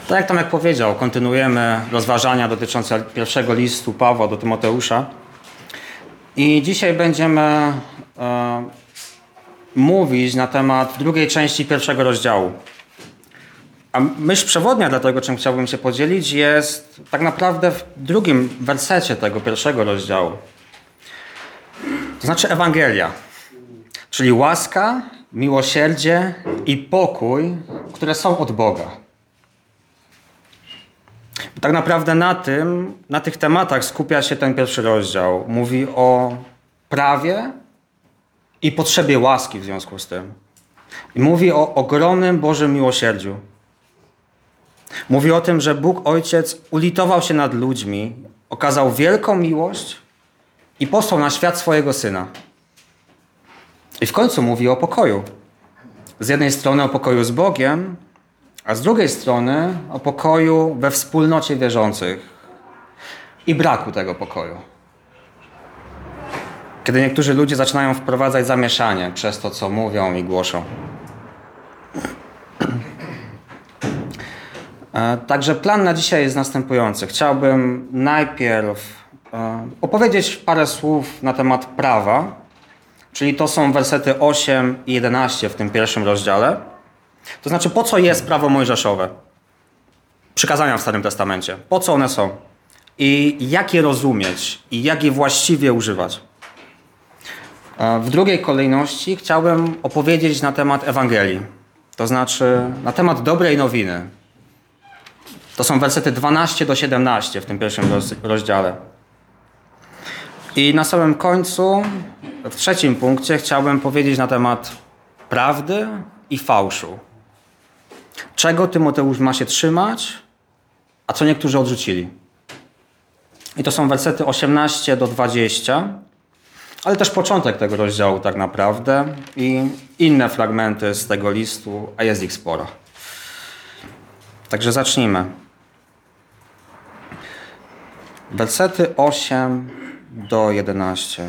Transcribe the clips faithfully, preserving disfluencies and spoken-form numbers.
Tak jak Tomek powiedział, kontynuujemy rozważania dotyczące pierwszego listu Pawła do Tymoteusza. I dzisiaj będziemy e, mówić na temat drugiej części pierwszego rozdziału. A myśl przewodnia dla tego, czym chciałbym się podzielić, jest tak naprawdę w drugim wersecie tego pierwszego rozdziału. To znaczy Ewangelia, czyli łaska, miłosierdzie i pokój, które są od Boga. Tak naprawdę na tym, na tych tematach skupia się ten pierwszy rozdział. Mówi o prawie i potrzebie łaski w związku z tym. I mówi o ogromnym Bożym miłosierdziu. Mówi o tym, że Bóg Ojciec ulitował się nad ludźmi, okazał wielką miłość i posłał na świat swojego Syna. I w końcu mówi o pokoju. Z jednej strony o pokoju z Bogiem, a z drugiej strony o pokoju we wspólnocie wierzących i braku tego pokoju. Kiedy niektórzy ludzie zaczynają wprowadzać zamieszanie przez to, co mówią i głoszą. Także plan na dzisiaj jest następujący. Chciałbym najpierw opowiedzieć parę słów na temat prawa, czyli to są wersety osiem i jedenaście w tym pierwszym rozdziale. To znaczy, po co jest prawo mojżeszowe? Przykazania w Starym Testamencie. Po co one są? I jak je rozumieć? I jak je właściwie używać? W drugiej kolejności chciałbym opowiedzieć na temat Ewangelii. To znaczy, na temat dobrej nowiny. To są wersety dwanaście do siedemnaście w tym pierwszym rozdziale. I na samym końcu, w trzecim punkcie, chciałbym powiedzieć na temat prawdy i fałszu. Czego Tymoteusz ma się trzymać, a co niektórzy odrzucili. I to są wersety osiemnaście do dwudziestu, ale też początek tego rozdziału tak naprawdę i inne fragmenty z tego listu, a jest ich sporo. Także zacznijmy. Wersety osiem do jedenastu.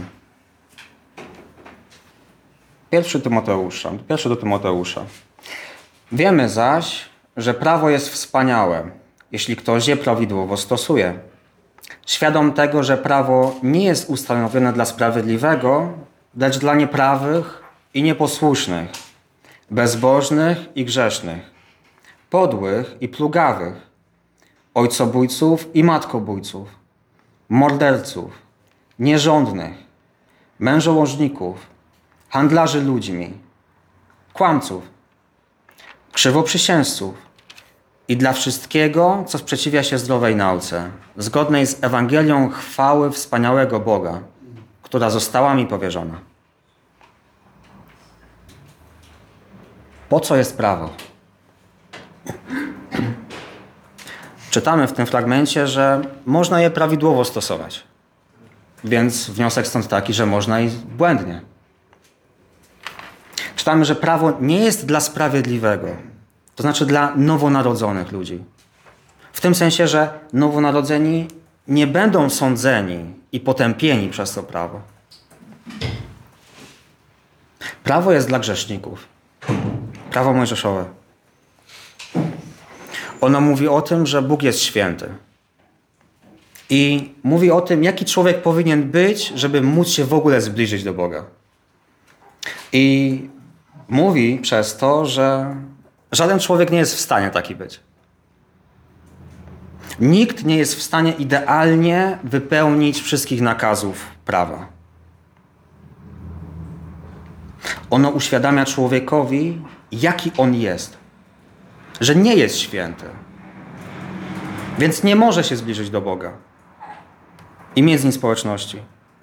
Pierwszy Tymoteusza, pierwszy do Tymoteusza. Wiemy zaś, że prawo jest wspaniałe, jeśli ktoś je prawidłowo stosuje. Świadom tego, że prawo nie jest ustanowione dla sprawiedliwego, lecz dla nieprawych i nieposłusznych, bezbożnych i grzesznych, podłych i plugawych, ojcobójców i matkobójców, morderców, nierządnych, mężołożników, handlarzy ludźmi, kłamców, krzywoprzysięzców i dla wszystkiego, co sprzeciwia się zdrowej nauce, zgodnej z Ewangelią chwały wspaniałego Boga, która została mi powierzona. Po co jest prawo? Czytamy w tym fragmencie, że można je prawidłowo stosować. Więc wniosek stąd taki, że można i błędnie. Czytamy, że prawo nie jest dla sprawiedliwego. To znaczy dla nowonarodzonych ludzi. W tym sensie, że nowonarodzeni nie będą sądzeni i potępieni przez to prawo. Prawo jest dla grzeszników. Prawo mojżeszowe. Ono mówi o tym, że Bóg jest święty. I mówi o tym, jaki człowiek powinien być, żeby móc się w ogóle zbliżyć do Boga. I mówi przez to, że żaden człowiek nie jest w stanie taki być. Nikt nie jest w stanie idealnie wypełnić wszystkich nakazów prawa. Ono uświadamia człowiekowi, jaki on jest. Że nie jest święty. Więc nie może się zbliżyć do Boga. I mieć z nim społeczności.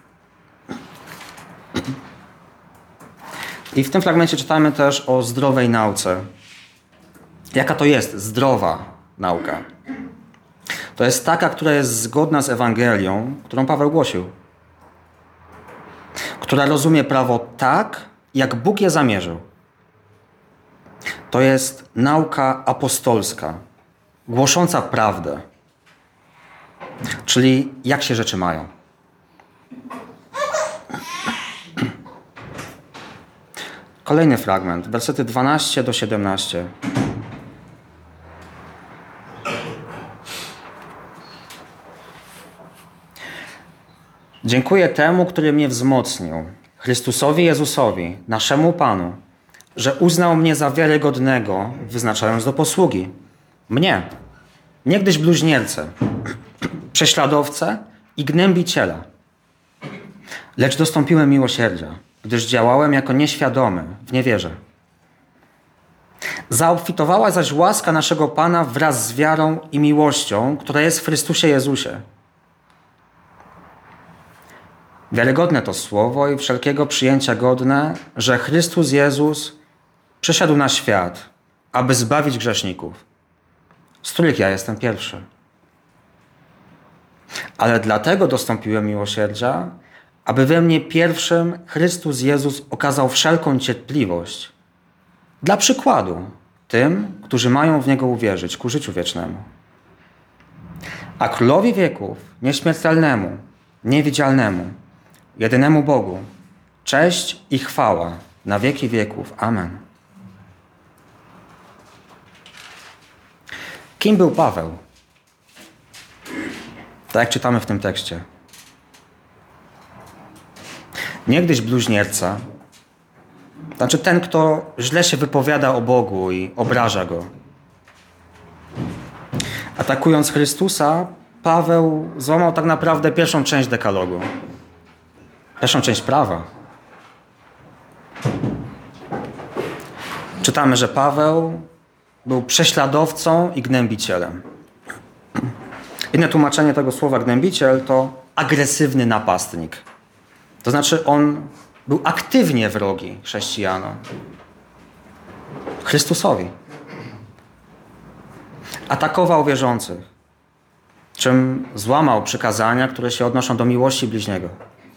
I w tym fragmencie czytamy też o zdrowej nauce. Jaka to jest zdrowa nauka? To jest taka, która jest zgodna z Ewangelią, którą Paweł głosił. Która rozumie prawo tak, jak Bóg je zamierzył. To jest nauka apostolska, głosząca prawdę. Czyli jak się rzeczy mają. Kolejny fragment, wersety dwanaście do siedemnastu. Dziękuję temu, który mnie wzmocnił, Chrystusowi Jezusowi, naszemu Panu, że uznał mnie za wiarygodnego, wyznaczając do posługi. Mnie, niegdyś bluźniercę, prześladowcę i gnębiciela. Lecz dostąpiłem miłosierdzia, gdyż działałem jako nieświadomy, w niewierze. Zaobfitowała zaś łaska naszego Pana wraz z wiarą i miłością, która jest w Chrystusie Jezusie. Wiarygodne to słowo i wszelkiego przyjęcia godne, że Chrystus Jezus przyszedł na świat, aby zbawić grzeszników, z których ja jestem pierwszy. Ale dlatego dostąpiłem miłosierdzia, aby we mnie pierwszym Chrystus Jezus okazał wszelką cierpliwość. Dla przykładu tym, którzy mają w Niego uwierzyć ku życiu wiecznemu. A Królowi wieków, nieśmiertelnemu, niewidzialnemu, jedynemu Bogu, cześć i chwała na wieki wieków. Amen. Kim był Paweł? Tak jak czytamy w tym tekście. Niegdyś bluźnierca, znaczy ten, kto źle się wypowiada o Bogu i obraża Go. Atakując Chrystusa, Paweł złamał tak naprawdę pierwszą część dekalogu. Pierwszą część prawa. Czytamy, że Paweł był prześladowcą i gnębicielem. Inne tłumaczenie tego słowa gnębiciel to agresywny napastnik. To znaczy on był aktywnie wrogi chrześcijanom. Chrystusowi. Atakował wierzących, czym złamał przykazania, które się odnoszą do miłości bliźniego.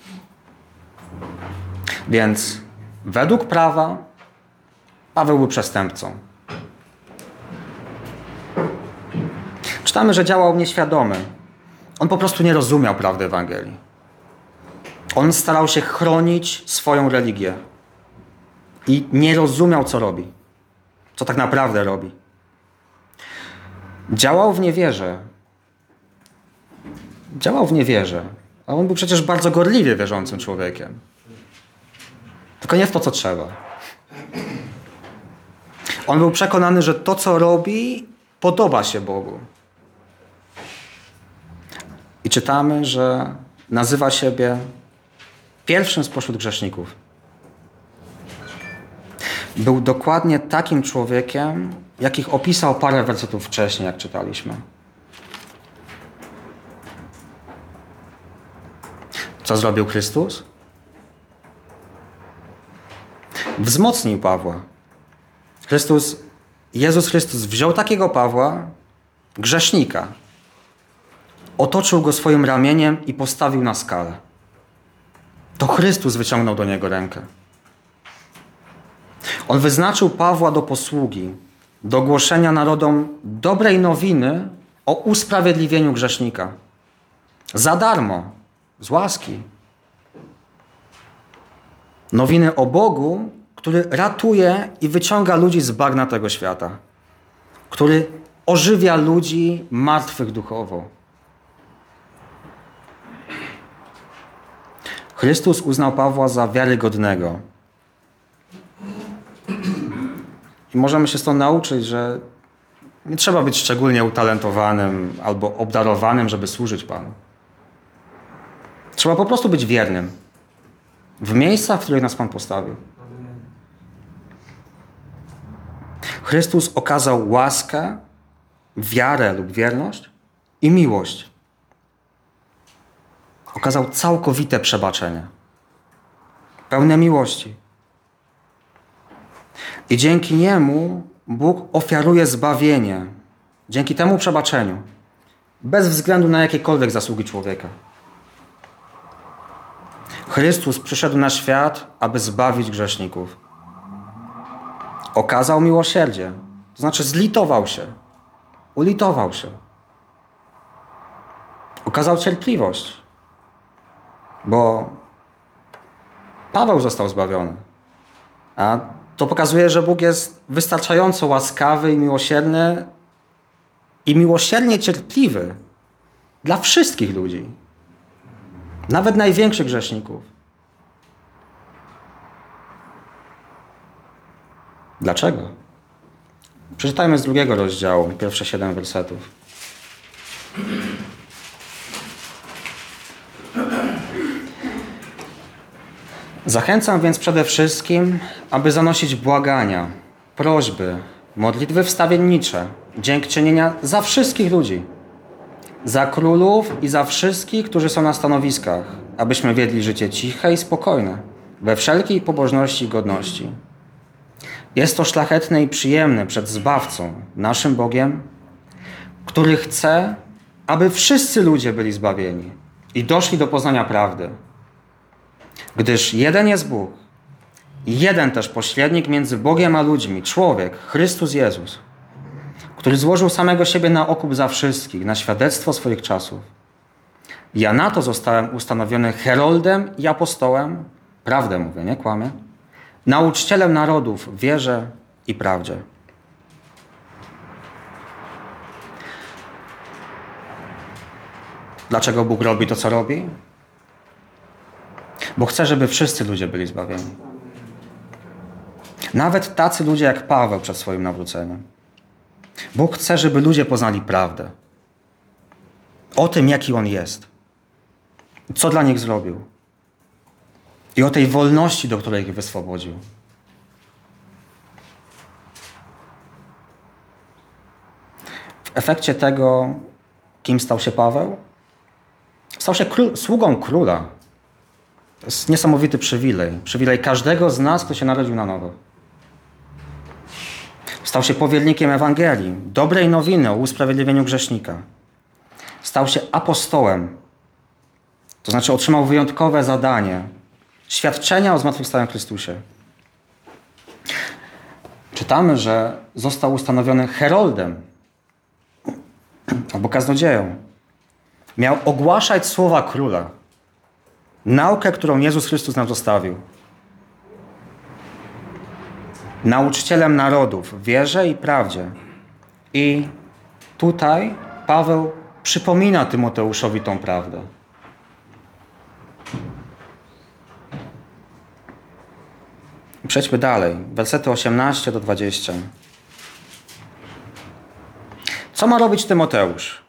Więc według prawa Paweł był przestępcą. Czytamy, że działał nieświadomy. On po prostu nie rozumiał prawdy Ewangelii. On starał się chronić swoją religię i nie rozumiał, co robi. Co tak naprawdę robi. Działał w niewierze. Działał w niewierze. A on był przecież bardzo gorliwie wierzącym człowiekiem. Tylko nie w to, co trzeba. On był przekonany, że to, co robi, podoba się Bogu. I czytamy, że nazywa siebie pierwszym spośród grzeszników. Był dokładnie takim człowiekiem, jakich opisał parę wersetów wcześniej, jak czytaliśmy. Co zrobił Chrystus? Wzmocnił Pawła. Chrystus, Jezus Chrystus wziął takiego Pawła, grzesznika, otoczył go swoim ramieniem i postawił na skalę. To Chrystus wyciągnął do niego rękę. On wyznaczył Pawła do posługi, do głoszenia narodom dobrej nowiny o usprawiedliwieniu grzesznika. Za darmo, z łaski. Nowiny o Bogu, który ratuje i wyciąga ludzi z bagna tego świata. Który ożywia ludzi martwych duchowo. Chrystus uznał Pawła za wiarygodnego. I możemy się stąd nauczyć, że nie trzeba być szczególnie utalentowanym albo obdarowanym, żeby służyć Panu. Trzeba po prostu być wiernym w miejscach, w których nas Pan postawił. Chrystus okazał łaskę, wiarę lub wierność i miłość. Okazał całkowite przebaczenie. Pełne miłości. I dzięki niemu Bóg ofiaruje zbawienie. Dzięki temu przebaczeniu. Bez względu na jakiekolwiek zasługi człowieka. Chrystus przyszedł na świat, aby zbawić grzeszników. Okazał miłosierdzie. To znaczy zlitował się. Ulitował się. Okazał cierpliwość. Bo Paweł został zbawiony. A to pokazuje, że Bóg jest wystarczająco łaskawy i miłosierny i miłosiernie cierpliwy dla wszystkich ludzi. Nawet największych grzeszników. Dlaczego? Przeczytajmy z drugiego rozdziału, pierwsze siedem wersetów. Zachęcam więc przede wszystkim, aby zanosić błagania, prośby, modlitwy wstawiennicze, dziękczynienia za wszystkich ludzi, za królów i za wszystkich, którzy są na stanowiskach, abyśmy wiedli życie ciche i spokojne, we wszelkiej pobożności i godności. Jest to szlachetne i przyjemne przed Zbawcą, naszym Bogiem, który chce, aby wszyscy ludzie byli zbawieni i doszli do poznania prawdy. Gdyż jeden jest Bóg i jeden też pośrednik między Bogiem a ludźmi, człowiek, Chrystus Jezus, który złożył samego siebie na okup za wszystkich, na świadectwo swoich czasów. Ja na to zostałem ustanowiony heroldem i apostołem, prawdę mówię, nie kłamię, nauczycielem narodów w wierze i prawdzie. Dlaczego Bóg robi to, co robi? Bo chce, żeby wszyscy ludzie byli zbawieni. Nawet tacy ludzie jak Paweł przed swoim nawróceniem. Bóg chce, żeby ludzie poznali prawdę. O tym, jaki On jest. Co dla nich zrobił. I o tej wolności, do której ich wyswobodził. W efekcie tego, kim stał się Paweł? Stał się król, sługą króla. To jest niesamowity przywilej. Przywilej każdego z nas, kto się narodził na nowo. Stał się powiernikiem Ewangelii, dobrej nowiny o usprawiedliwieniu grzesznika. Stał się apostołem. To znaczy otrzymał wyjątkowe zadanie. Świadczenia o zmartwychwstałym Chrystusie. Czytamy, że został ustanowiony heroldem albo kaznodzieją. Miał ogłaszać słowa króla. Naukę, którą Jezus Chrystus nam zostawił. Nauczycielem narodów w wierze i prawdzie. I tutaj Paweł przypomina Tymoteuszowi tą prawdę. Przejdźmy dalej. Wersety osiemnaście do dwudziestu. Co ma robić Tymoteusz?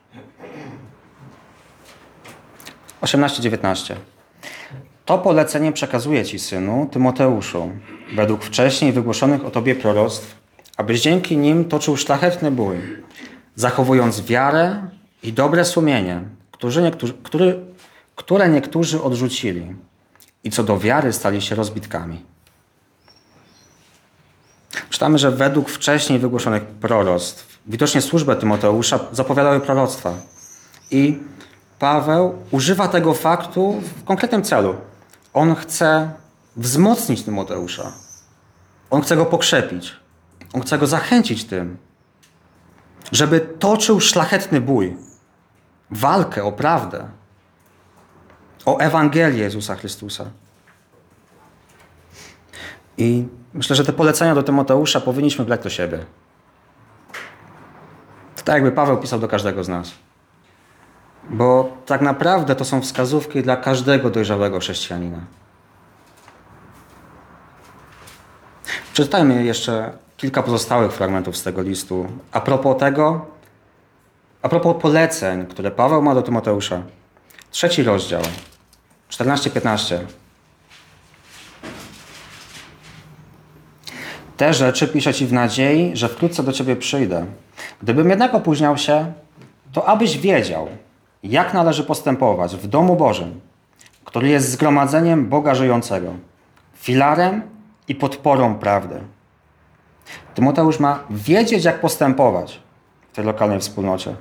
osiemnaście dziewiętnaście. To polecenie przekazuję ci, synu, Tymoteuszu, według wcześniej wygłoszonych o tobie proroctw, abyś dzięki nim toczył szlachetny bój, zachowując wiarę i dobre sumienie, którzy niektórzy, który, które niektórzy odrzucili i co do wiary stali się rozbitkami. Czytamy, że według wcześniej wygłoszonych proroctw, widocznie służby Tymoteusza zapowiadały proroctwa. I Paweł używa tego faktu w konkretnym celu. On chce wzmocnić Tymoteusza. On chce go pokrzepić. On chce go zachęcić tym, żeby toczył szlachetny bój. Walkę o prawdę. O Ewangelię Jezusa Chrystusa. I myślę, że te polecenia do Tymoteusza powinniśmy brać do siebie. To tak jakby Paweł pisał do każdego z nas. Bo tak naprawdę to są wskazówki dla każdego dojrzałego chrześcijanina. Przeczytajmy jeszcze kilka pozostałych fragmentów z tego listu. A propos tego, a propos poleceń, które Paweł ma do Tymoteusza. Trzeci rozdział, czternaście piętnaście. Te rzeczy piszę ci w nadziei, że wkrótce do ciebie przyjdę. Gdybym jednak opóźniał się, to abyś wiedział, jak należy postępować w domu Bożym, który jest zgromadzeniem Boga żyjącego, filarem i podporą prawdy. Tymoteusz ma wiedzieć, jak postępować w tej lokalnej wspólnocie.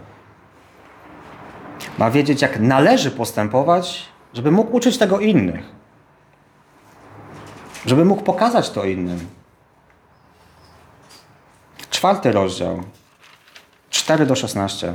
Ma wiedzieć, jak należy postępować, żeby mógł uczyć tego innych. Żeby mógł pokazać to innym. Czwarty rozdział, cztery do szesnastu.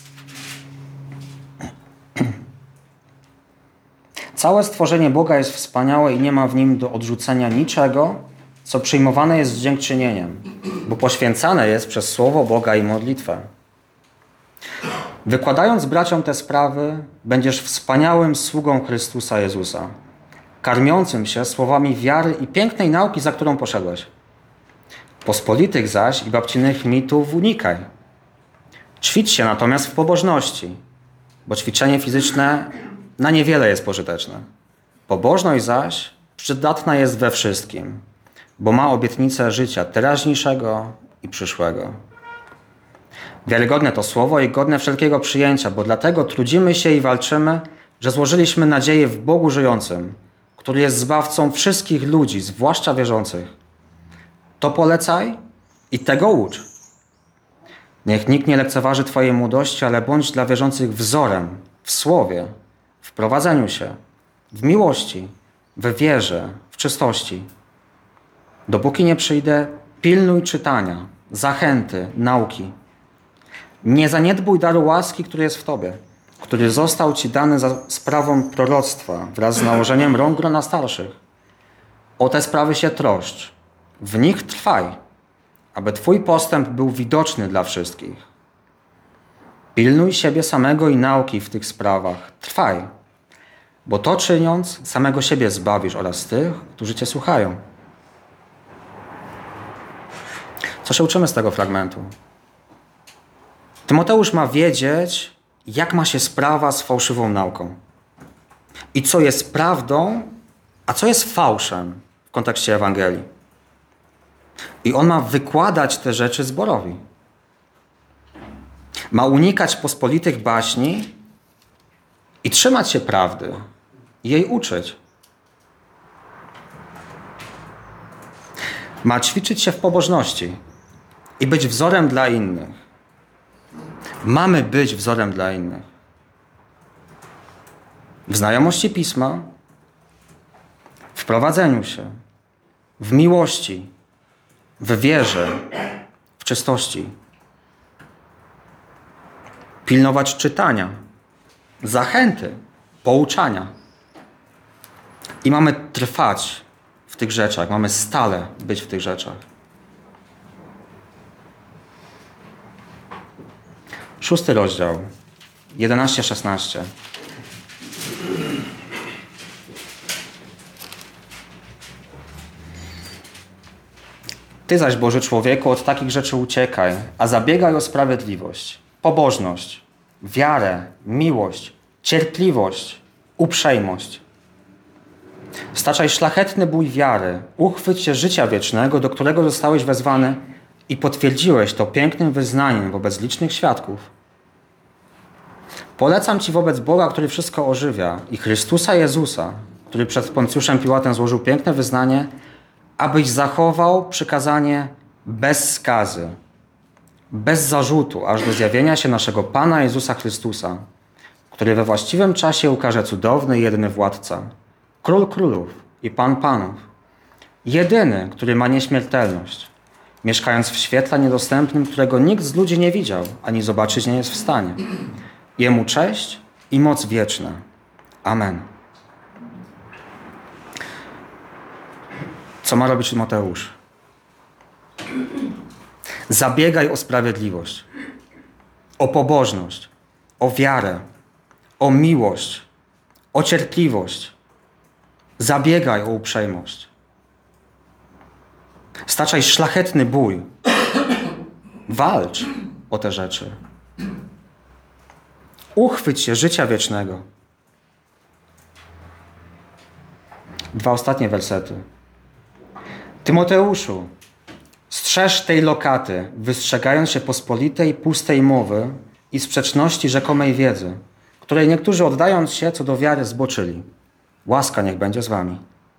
Całe stworzenie Boga jest wspaniałe i nie ma w nim do odrzucenia niczego, co przyjmowane jest z dziękczynieniem, bo poświęcane jest przez Słowo Boga i modlitwę. Wykładając braciom te sprawy, będziesz wspaniałym sługą Chrystusa Jezusa, karmiącym się słowami wiary i pięknej nauki, za którą poszedłeś. Pospolitych zaś i babcinnych mitów unikaj. Ćwicz się natomiast w pobożności, bo ćwiczenie fizyczne na niewiele jest pożyteczne. Pobożność zaś przydatna jest we wszystkim, bo ma obietnicę życia teraźniejszego i przyszłego. Wiarygodne to słowo i godne wszelkiego przyjęcia, bo dlatego trudzimy się i walczymy, że złożyliśmy nadzieję w Bogu żyjącym, który jest zbawcą wszystkich ludzi, zwłaszcza wierzących. To polecaj i tego ucz. Niech nikt nie lekceważy Twojej młodości, ale bądź dla wierzących wzorem w słowie, w prowadzeniu się, w miłości, w wierze, w czystości. Dopóki nie przyjdę, pilnuj czytania, zachęty, nauki. Nie zaniedbuj daru łaski, który jest w Tobie, który został Ci dany za sprawą proroctwa wraz z nałożeniem rąk grona starszych. O te sprawy się troszcz, w nich trwaj, aby Twój postęp był widoczny dla wszystkich. Pilnuj siebie samego i nauki w tych sprawach. Trwaj, bo to czyniąc, samego siebie zbawisz oraz tych, którzy Cię słuchają. Co się uczymy z tego fragmentu? Tymoteusz ma wiedzieć, jak ma się sprawa z fałszywą nauką. I co jest prawdą, a co jest fałszem w kontekście Ewangelii. I on ma wykładać te rzeczy zborowi. Ma unikać pospolitych baśni i trzymać się prawdy i jej uczyć. Ma ćwiczyć się w pobożności i być wzorem dla innych. Mamy być wzorem dla innych. W znajomości Pisma, w prowadzeniu się, w miłości, w wierze, w czystości. Pilnować czytania, zachęty, pouczania. I mamy trwać w tych rzeczach, mamy stale być w tych rzeczach. Szósty rozdział, jedenaście szesnaście. Ty zaś, Boży człowieku, od takich rzeczy uciekaj, a zabiegaj o sprawiedliwość, pobożność, wiarę, miłość, cierpliwość, uprzejmość. Staczaj szlachetny bój wiary, uchwyć się życia wiecznego, do którego zostałeś wezwany i potwierdziłeś to pięknym wyznaniem wobec licznych świadków. Polecam Ci wobec Boga, który wszystko ożywia, i Chrystusa Jezusa, który przed Poncjuszem Piłatem złożył piękne wyznanie, abyś zachował przykazanie bez skazy, bez zarzutu, aż do zjawienia się naszego Pana Jezusa Chrystusa, który we właściwym czasie ukaże cudowny i jedyny władca, Król królów i Pan panów, jedyny, który ma nieśmiertelność, mieszkając w świetle niedostępnym, którego nikt z ludzi nie widział, ani zobaczyć nie jest w stanie. Jemu cześć i moc wieczna. Amen. Co ma robić Tymoteusz? Zabiegaj o sprawiedliwość, o pobożność, o wiarę, o miłość, o cierpliwość. Zabiegaj o uprzejmość. Staczaj szlachetny bój. Walcz o te rzeczy. Uchwyć się życia wiecznego. Dwa ostatnie wersety. Tymoteuszu, strzeż tej lokaty, wystrzegając się pospolitej, pustej mowy i sprzeczności rzekomej wiedzy, której niektórzy oddając się co do wiary zboczyli. Łaska niech będzie z wami.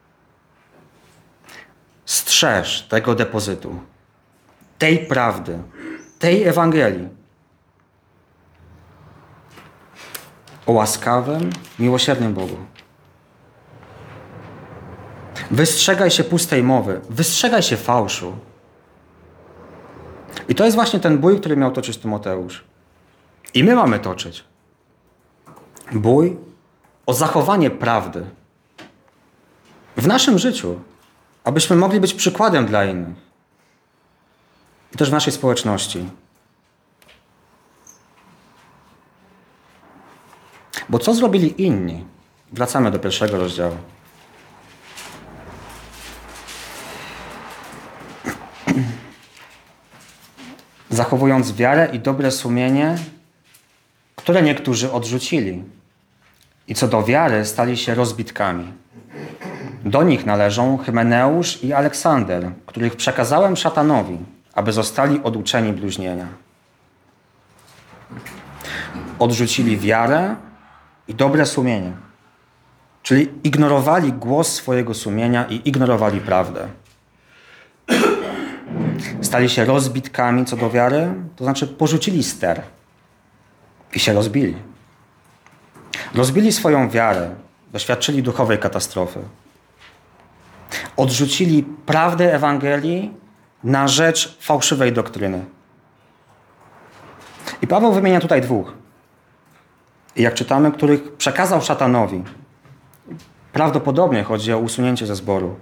Strzeż tego depozytu, tej prawdy, tej Ewangelii o łaskawym, miłosiernym Bogu. Wystrzegaj się pustej mowy, wystrzegaj się fałszu. I to jest właśnie ten bój, który miał toczyć Tymoteusz. I my mamy toczyć. Bój o zachowanie prawdy w naszym życiu, abyśmy mogli być przykładem dla innych. I też w naszej społeczności. Bo co zrobili inni? Wracamy do pierwszego rozdziału. Zachowując wiarę i dobre sumienie, które niektórzy odrzucili. I co do wiary stali się rozbitkami. Do nich należą Hymeneusz i Aleksander, których przekazałem szatanowi, aby zostali oduczeni bluźnienia. Odrzucili wiarę i dobre sumienie, czyli ignorowali głos swojego sumienia i ignorowali prawdę. Stali się rozbitkami co do wiary, to znaczy porzucili ster i się rozbili. Rozbili swoją wiarę, doświadczyli duchowej katastrofy. Odrzucili prawdę Ewangelii na rzecz fałszywej doktryny. I Paweł wymienia tutaj dwóch. I jak czytamy, których przekazał szatanowi. Prawdopodobnie chodzi o usunięcie ze zboru.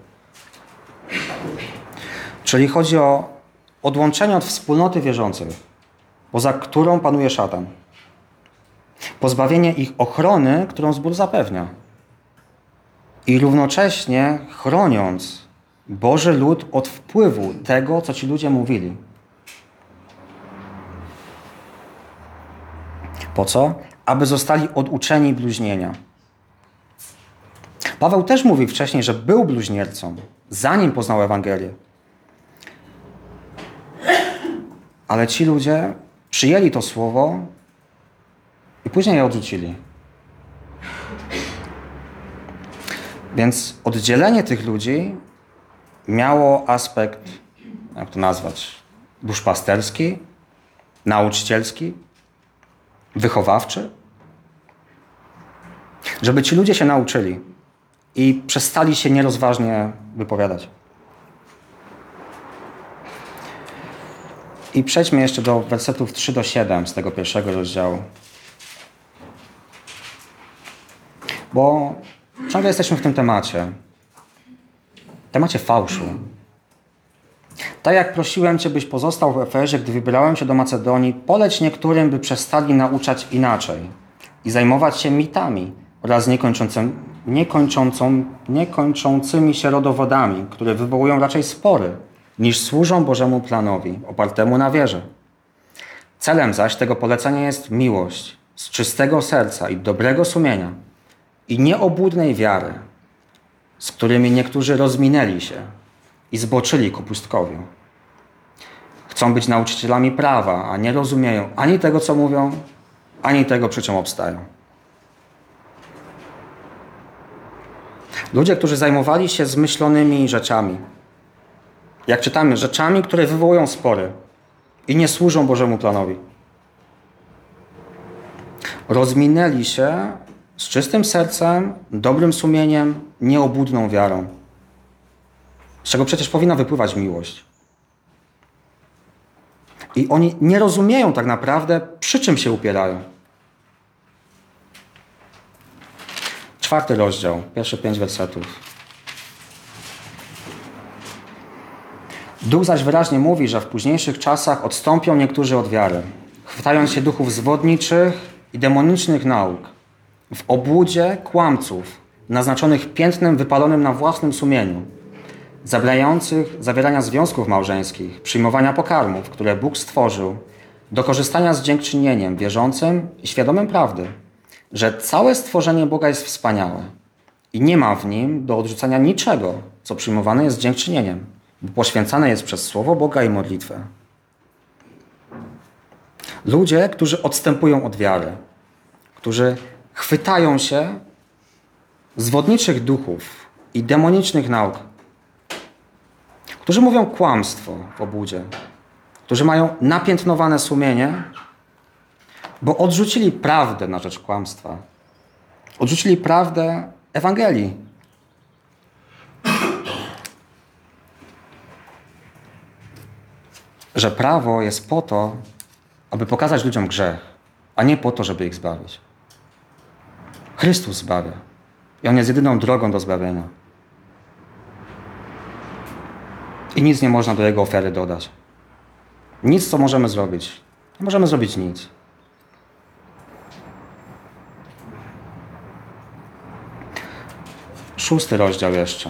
Czyli chodzi o odłączenie od wspólnoty wierzących, poza którą panuje szatan. Pozbawienie ich ochrony, którą zbór zapewnia. I równocześnie chroniąc Boży lud od wpływu tego, co ci ludzie mówili. Po co? Aby zostali oduczeni bluźnienia. Paweł też mówi wcześniej, że był bluźniercą, zanim poznał Ewangelię. Ale ci ludzie przyjęli to słowo i później je odrzucili. Więc oddzielenie tych ludzi miało aspekt, jak to nazwać, duszpasterski, nauczycielski, wychowawczy. Żeby ci ludzie się nauczyli i przestali się nierozważnie wypowiadać. I przejdźmy jeszcze do wersetów trzy do siedem z tego pierwszego rozdziału. Bo ciągle jesteśmy w tym temacie. Temacie fałszu. Tak jak prosiłem Cię, byś pozostał w Efezie, gdy wybierałem się do Macedonii, poleć niektórym, by przestali nauczać inaczej i zajmować się mitami oraz niekończącym, niekończącą, niekończącymi się rodowodami, które wywołują raczej spory, niż służą Bożemu planowi, opartemu na wierze. Celem zaś tego polecenia jest miłość z czystego serca i dobrego sumienia i nieobłudnej wiary, z którymi niektórzy rozminęli się i zboczyli ku pustkowiu. Chcą być nauczycielami prawa, a nie rozumieją ani tego, co mówią, ani tego, przy czym obstają. Ludzie, którzy zajmowali się zmyślonymi rzeczami, jak czytamy, rzeczami, które wywołują spory i nie służą Bożemu planowi. Rozminęli się z czystym sercem, dobrym sumieniem, nieobłudną wiarą, z czego przecież powinna wypływać miłość. I oni nie rozumieją tak naprawdę, przy czym się upierają. Czwarty rozdział, pierwsze pięć wersetów. Duch zaś wyraźnie mówi, że w późniejszych czasach odstąpią niektórzy od wiary, chwytając się duchów zwodniczych i demonicznych nauk, w obłudzie kłamców, naznaczonych piętnem wypalonym na własnym sumieniu, zabraniających zawierania związków małżeńskich, przyjmowania pokarmów, które Bóg stworzył, do korzystania z dziękczynieniem wierzącym i świadomym prawdy, że całe stworzenie Boga jest wspaniałe i nie ma w nim do odrzucania niczego, co przyjmowane jest z dziękczynieniem, bo poświęcane jest przez Słowo Boga i modlitwę. Ludzie, którzy odstępują od wiary, którzy chwytają się zwodniczych duchów i demonicznych nauk, którzy mówią kłamstwo w obłudzie, którzy mają napiętnowane sumienie, bo odrzucili prawdę na rzecz kłamstwa. Odrzucili prawdę Ewangelii. Że prawo jest po to, aby pokazać ludziom grzech, a nie po to, żeby ich zbawić. Chrystus zbawia. I On jest jedyną drogą do zbawienia. I nic nie można do Jego ofiary dodać. Nic, co możemy zrobić. Nie możemy zrobić nic. Szósty rozdział jeszcze.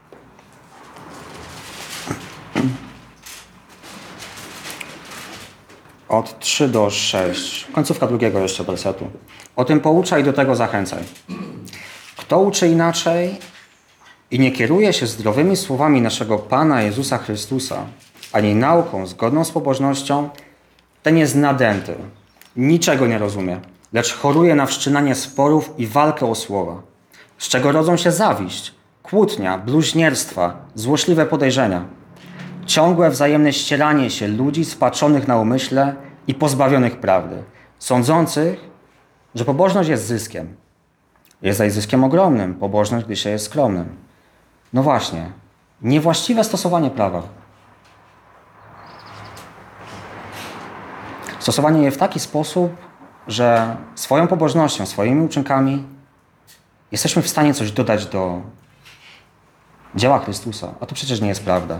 Od trzy do sześciu. Końcówka drugiego jeszcze wersetu. O tym pouczaj i do tego zachęcaj. Kto uczy inaczej i nie kieruje się zdrowymi słowami naszego Pana Jezusa Chrystusa, ani nauką zgodną z pobożnością, ten jest nadęty, niczego nie rozumie, lecz choruje na wszczynanie sporów i walkę o słowa, z czego rodzą się zawiść, kłótnia, bluźnierstwa, złośliwe podejrzenia, ciągłe wzajemne ścieranie się ludzi spaczonych na umyśle i pozbawionych prawdy, sądzących, że pobożność jest zyskiem. Jest zaś zyskiem ogromnym, pobożność, gdy się jest skromnym. No właśnie, niewłaściwe stosowanie prawa. Stosowanie je w taki sposób, że swoją pobożnością, swoimi uczynkami jesteśmy w stanie coś dodać do dzieła Chrystusa, a to przecież nie jest prawda.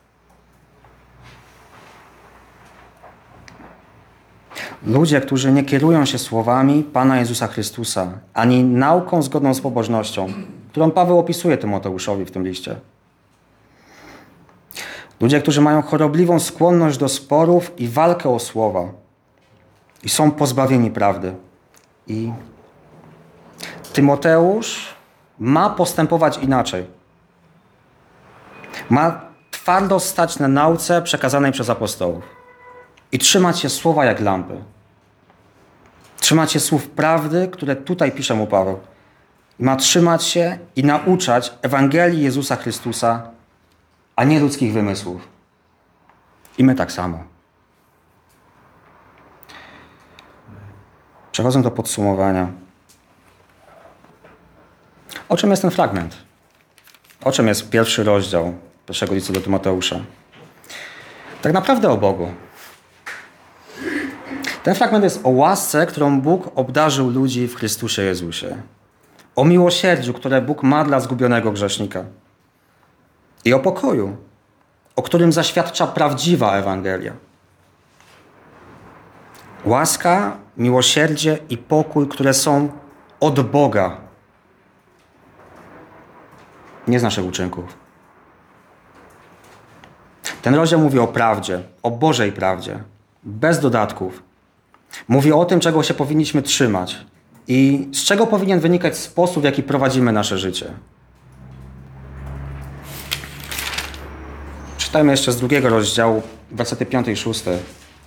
Ludzie, którzy nie kierują się słowami Pana Jezusa Chrystusa, ani nauką zgodną z pobożnością, którą Paweł opisuje Tymoteuszowi w tym liście. Ludzie, którzy mają chorobliwą skłonność do sporów i walkę o słowa i są pozbawieni prawdy. I Tymoteusz ma postępować inaczej. Ma twardo stać na nauce przekazanej przez apostołów i trzymać się słowa jak lampy. Trzymać się słów prawdy, które tutaj pisze mu Paweł. I ma trzymać się i nauczać Ewangelii Jezusa Chrystusa, a nie ludzkich wymysłów. I my tak samo. Przechodzę do podsumowania. O czym jest ten fragment? O czym jest pierwszy rozdział pierwszego listu do Tymoteusza? Tak naprawdę o Bogu. Ten fragment jest o łasce, którą Bóg obdarzył ludzi w Chrystusie Jezusie. O miłosierdziu, które Bóg ma dla zgubionego grzesznika. I o pokoju, o którym zaświadcza prawdziwa Ewangelia. Łaska, miłosierdzie i pokój, które są od Boga. Nie z naszych uczynków. Ten rozdział mówi o prawdzie, o Bożej prawdzie, bez dodatków. Mówi o tym, czego się powinniśmy trzymać i z czego powinien wynikać sposób, w jaki prowadzimy nasze życie. Czytajmy jeszcze z drugiego rozdziału, wersety piąty i szósty.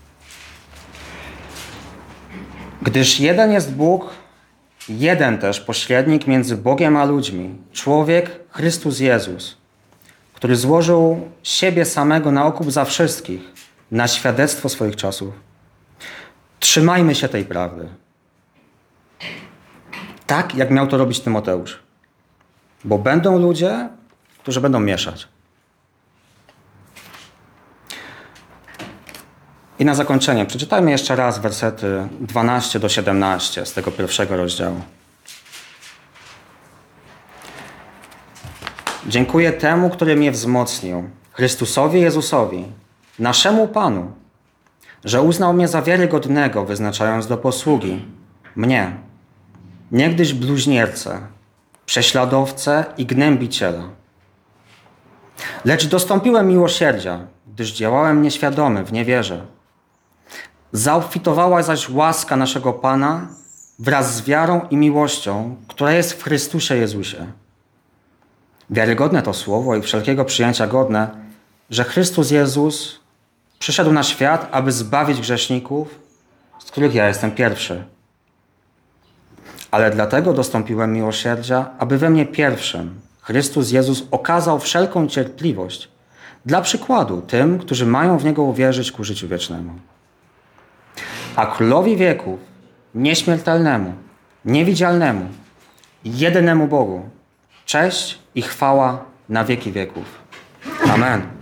Gdyż jeden jest Bóg, jeden też pośrednik między Bogiem a ludźmi, człowiek Chrystus Jezus, który złożył siebie samego na okup za wszystkich, na świadectwo swoich czasów. Trzymajmy się tej prawdy. Tak, jak miał to robić Tymoteusz. Bo będą ludzie, którzy będą mieszać. I na zakończenie przeczytajmy jeszcze raz wersety dwanaście do siedemnastu z tego pierwszego rozdziału. Dziękuję temu, który mnie wzmocnił, Chrystusowi Jezusowi, naszemu Panu, że uznał mnie za wiarygodnego, wyznaczając do posługi mnie, niegdyś bluźniercę, prześladowcę i gnębiciela. Lecz dostąpiłem miłosierdzia, gdyż działałem nieświadomy w niewierze. Zaobfitowała zaś łaska naszego Pana wraz z wiarą i miłością, która jest w Chrystusie Jezusie. Wiarygodne to słowo i wszelkiego przyjęcia godne, że Chrystus Jezus przyszedł na świat, aby zbawić grzeszników, z których ja jestem pierwszy. Ale dlatego dostąpiłem miłosierdzia, aby we mnie pierwszym Chrystus Jezus okazał wszelką cierpliwość dla przykładu tym, którzy mają w Niego uwierzyć ku życiu wiecznemu. A Królowi wieków, nieśmiertelnemu, niewidzialnemu, jedynemu Bogu, cześć i chwała na wieki wieków. Amen.